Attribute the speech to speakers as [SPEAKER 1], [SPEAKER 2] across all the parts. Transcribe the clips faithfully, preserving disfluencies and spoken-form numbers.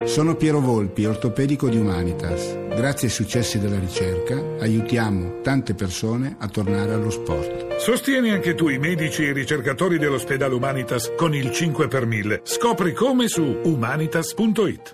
[SPEAKER 1] Sono Piero Volpi, ortopedico di Humanitas. Grazie ai successi della ricerca aiutiamo tante persone a tornare allo sport.
[SPEAKER 2] Sostieni anche tu i medici e i ricercatori dell'ospedale Humanitas con il cinque per mille. Scopri come su humanitas punto it.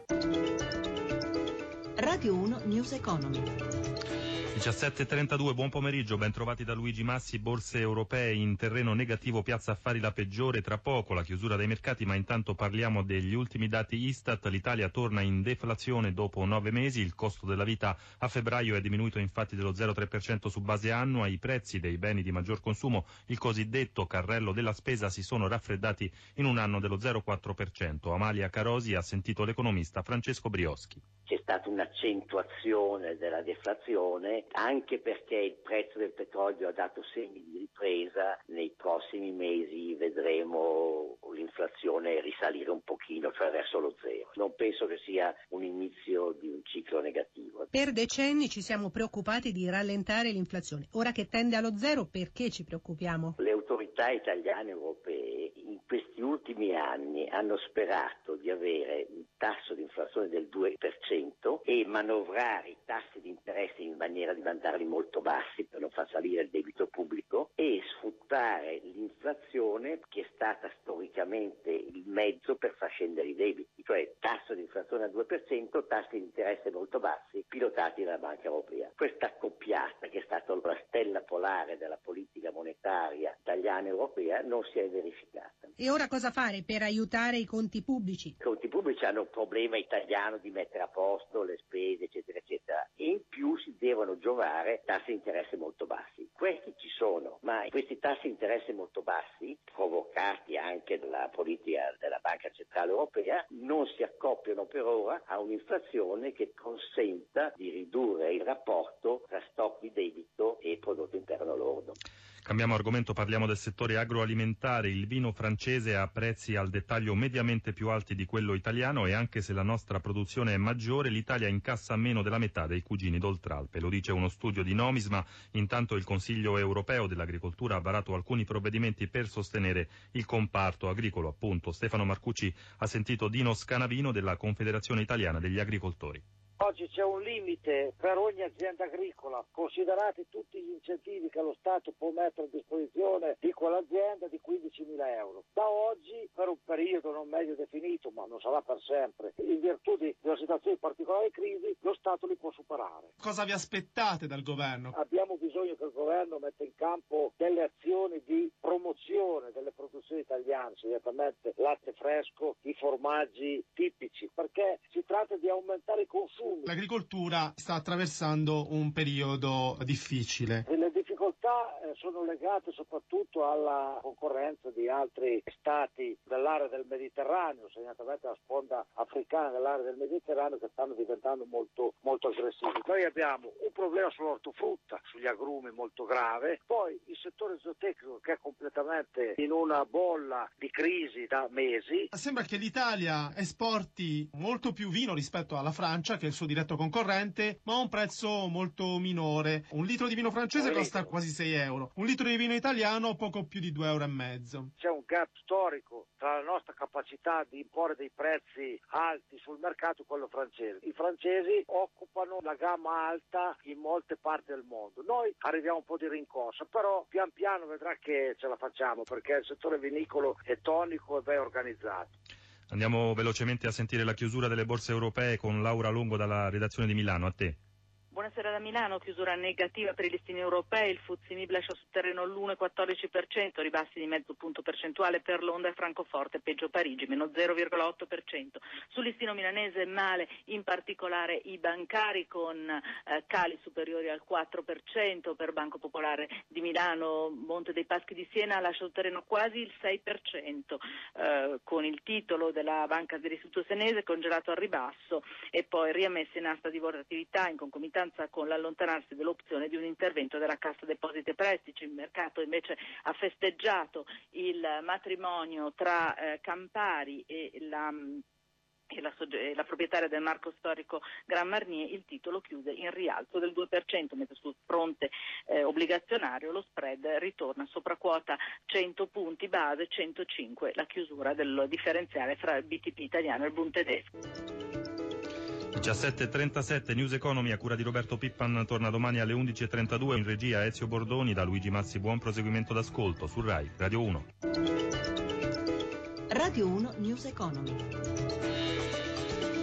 [SPEAKER 3] Radio uno News Economy.
[SPEAKER 4] diciassette e trentadue, buon pomeriggio, ben trovati da Luigi Massi. Borse europee in terreno negativo, Piazza Affari la peggiore, tra poco la chiusura dei mercati, ma intanto parliamo degli ultimi dati Istat. L'Italia torna in deflazione dopo nove mesi, il costo della vita a febbraio è diminuito infatti dello zero virgola tre per cento su base annua, i prezzi dei beni di maggior consumo, il cosiddetto carrello della spesa, si sono raffreddati in un anno dello zero virgola quattro per cento. Amalia Carosi ha sentito l'economista Francesco Brioschi.
[SPEAKER 5] C'è stata un'accentuazione della deflazione anche perché il prezzo del petrolio ha dato segni di ripresa. Nei prossimi mesi vedremo l'inflazione risalire un pochino, cioè verso lo zero. Non penso che sia un inizio di un ciclo negativo.
[SPEAKER 6] Per decenni ci siamo preoccupati di rallentare l'inflazione. Ora che tende allo zero, perché ci preoccupiamo?
[SPEAKER 5] Le autorità italiane e europee in questi ultimi anni hanno sperato di avere un tasso di inflazione del due per cento e manovrare i tassi di interesse in maniera di mandarli molto bassi per non far salire il debito pubblico e sfruttare l'inflazione, che è stata storicamente il mezzo per far scendere i debiti, cioè tasso di inflazione al due per cento, tassi di interesse molto bassi pilotati dalla Banca Europea. Questa accoppiata, che è stata la stella polare della politica monetaria italiana e europea, non si è verificata.
[SPEAKER 6] E ora cosa fare per aiutare i conti pubblici?
[SPEAKER 5] I conti pubblici hanno un problema italiano di mettere a posto le spese, eccetera, eccetera, e in più si devono giovare tassi di interesse molto bassi. Questi ci sono, ma questi tassi di interesse molto bassi, provocati anche dalla politica della Banca Centrale Europea, non si accoppiano per ora a un'inflazione che consenta di ridurre il rapporto tra stock di debito e prodotto interno lordo.
[SPEAKER 4] Cambiamo argomento, parliamo del settore agroalimentare. Il vino francese ha prezzi al dettaglio mediamente più alti di quello italiano e anche se la nostra produzione è maggiore, l'Italia incassa meno della metà dei cugini d'Oltralpe. Lo dice uno studio di Nomisma. Intanto il Consiglio europeo dell'agricoltura ha varato alcuni provvedimenti per sostenere il comparto agricolo. Appunto, Stefano Marcucci ha sentito Dino Scanavino della Confederazione Italiana degli Agricoltori.
[SPEAKER 7] Oggi c'è un limite per ogni azienda agricola, considerati tutti gli incentivi che lo Stato può mettere a disposizione di quell'azienda, di quindicimila euro. Da oggi, per un periodo non meglio definito, ma non sarà per sempre, in virtù di una situazione di particolare crisi, lo Stato li può superare.
[SPEAKER 8] Cosa vi aspettate dal governo?
[SPEAKER 7] Abbiamo bisogno che il governo metta in campo delle azioni di promozione delle produzioni italiane, segnatamente latte fresco, i formaggi tipici, perché si tratta di aumentare i consumi.
[SPEAKER 8] L'agricoltura sta attraversando un periodo difficile.
[SPEAKER 7] Le difficoltà sono legate soprattutto alla concorrenza di altri stati dell'area del Mediterraneo, segnatamente la sponda africana dell'area del Mediterraneo, che stanno diventando molto, molto aggressivi. Noi abbiamo un problema sull'ortofrutta, sugli agrumi molto grave, poi il settore zootecnico che è completamente in una bolla di crisi da mesi.
[SPEAKER 8] Sembra che l'Italia esporti molto più vino rispetto alla Francia, che è il suo diretto concorrente, ma a un prezzo molto minore. Un litro di vino francese costa quasi sei euro, un litro di vino italiano poco più di due euro e mezzo.
[SPEAKER 7] C'è un gap storico tra la nostra capacità di imporre dei prezzi alti sul mercato e quello francese. I francesi occupano la gamma alta in molte parti del mondo. Noi arriviamo un po' di rincorsa, però pian piano vedrà che ce la facciamo, perché il settore vinicolo è tonico e ben organizzato.
[SPEAKER 4] Andiamo velocemente a sentire la chiusura delle borse europee con Laura Longo dalla redazione di Milano. A te.
[SPEAKER 9] Buonasera da Milano, chiusura negativa per i listini europei, il F T S E M I B lascia sul terreno l'uno virgola quattordici per cento, ribassi di mezzo punto percentuale per Londra e Francoforte, peggio Parigi, meno zero virgola otto per cento. Sul listino milanese male in particolare i bancari con eh, cali superiori al quattro per cento, per Banco Popolare di Milano, Monte dei Paschi di Siena lascia sul terreno quasi il sei per cento, eh, con il titolo della Banca dell'Istituto Senese congelato al ribasso e poi riammesso in asta di volatilità in concomitanza con l'allontanarsi dell'opzione di un intervento della Cassa Depositi e Prestiti. Il mercato invece ha festeggiato il matrimonio tra eh, Campari e la e la, la proprietaria del marco storico Grand Marnier. Il titolo chiude in rialzo del due per cento, mentre sul fronte eh, obbligazionario lo spread ritorna sopra quota cento punti base, centocinque la chiusura del differenziale fra il B T P italiano e il Bund tedesco.
[SPEAKER 4] diciassette e trentasette, News Economy a cura di Roberto Pippan torna domani alle undici e trentadue, in regia Ezio Bordoni, da Luigi Massi buon proseguimento d'ascolto su Rai Radio uno.
[SPEAKER 3] Radio uno News Economy.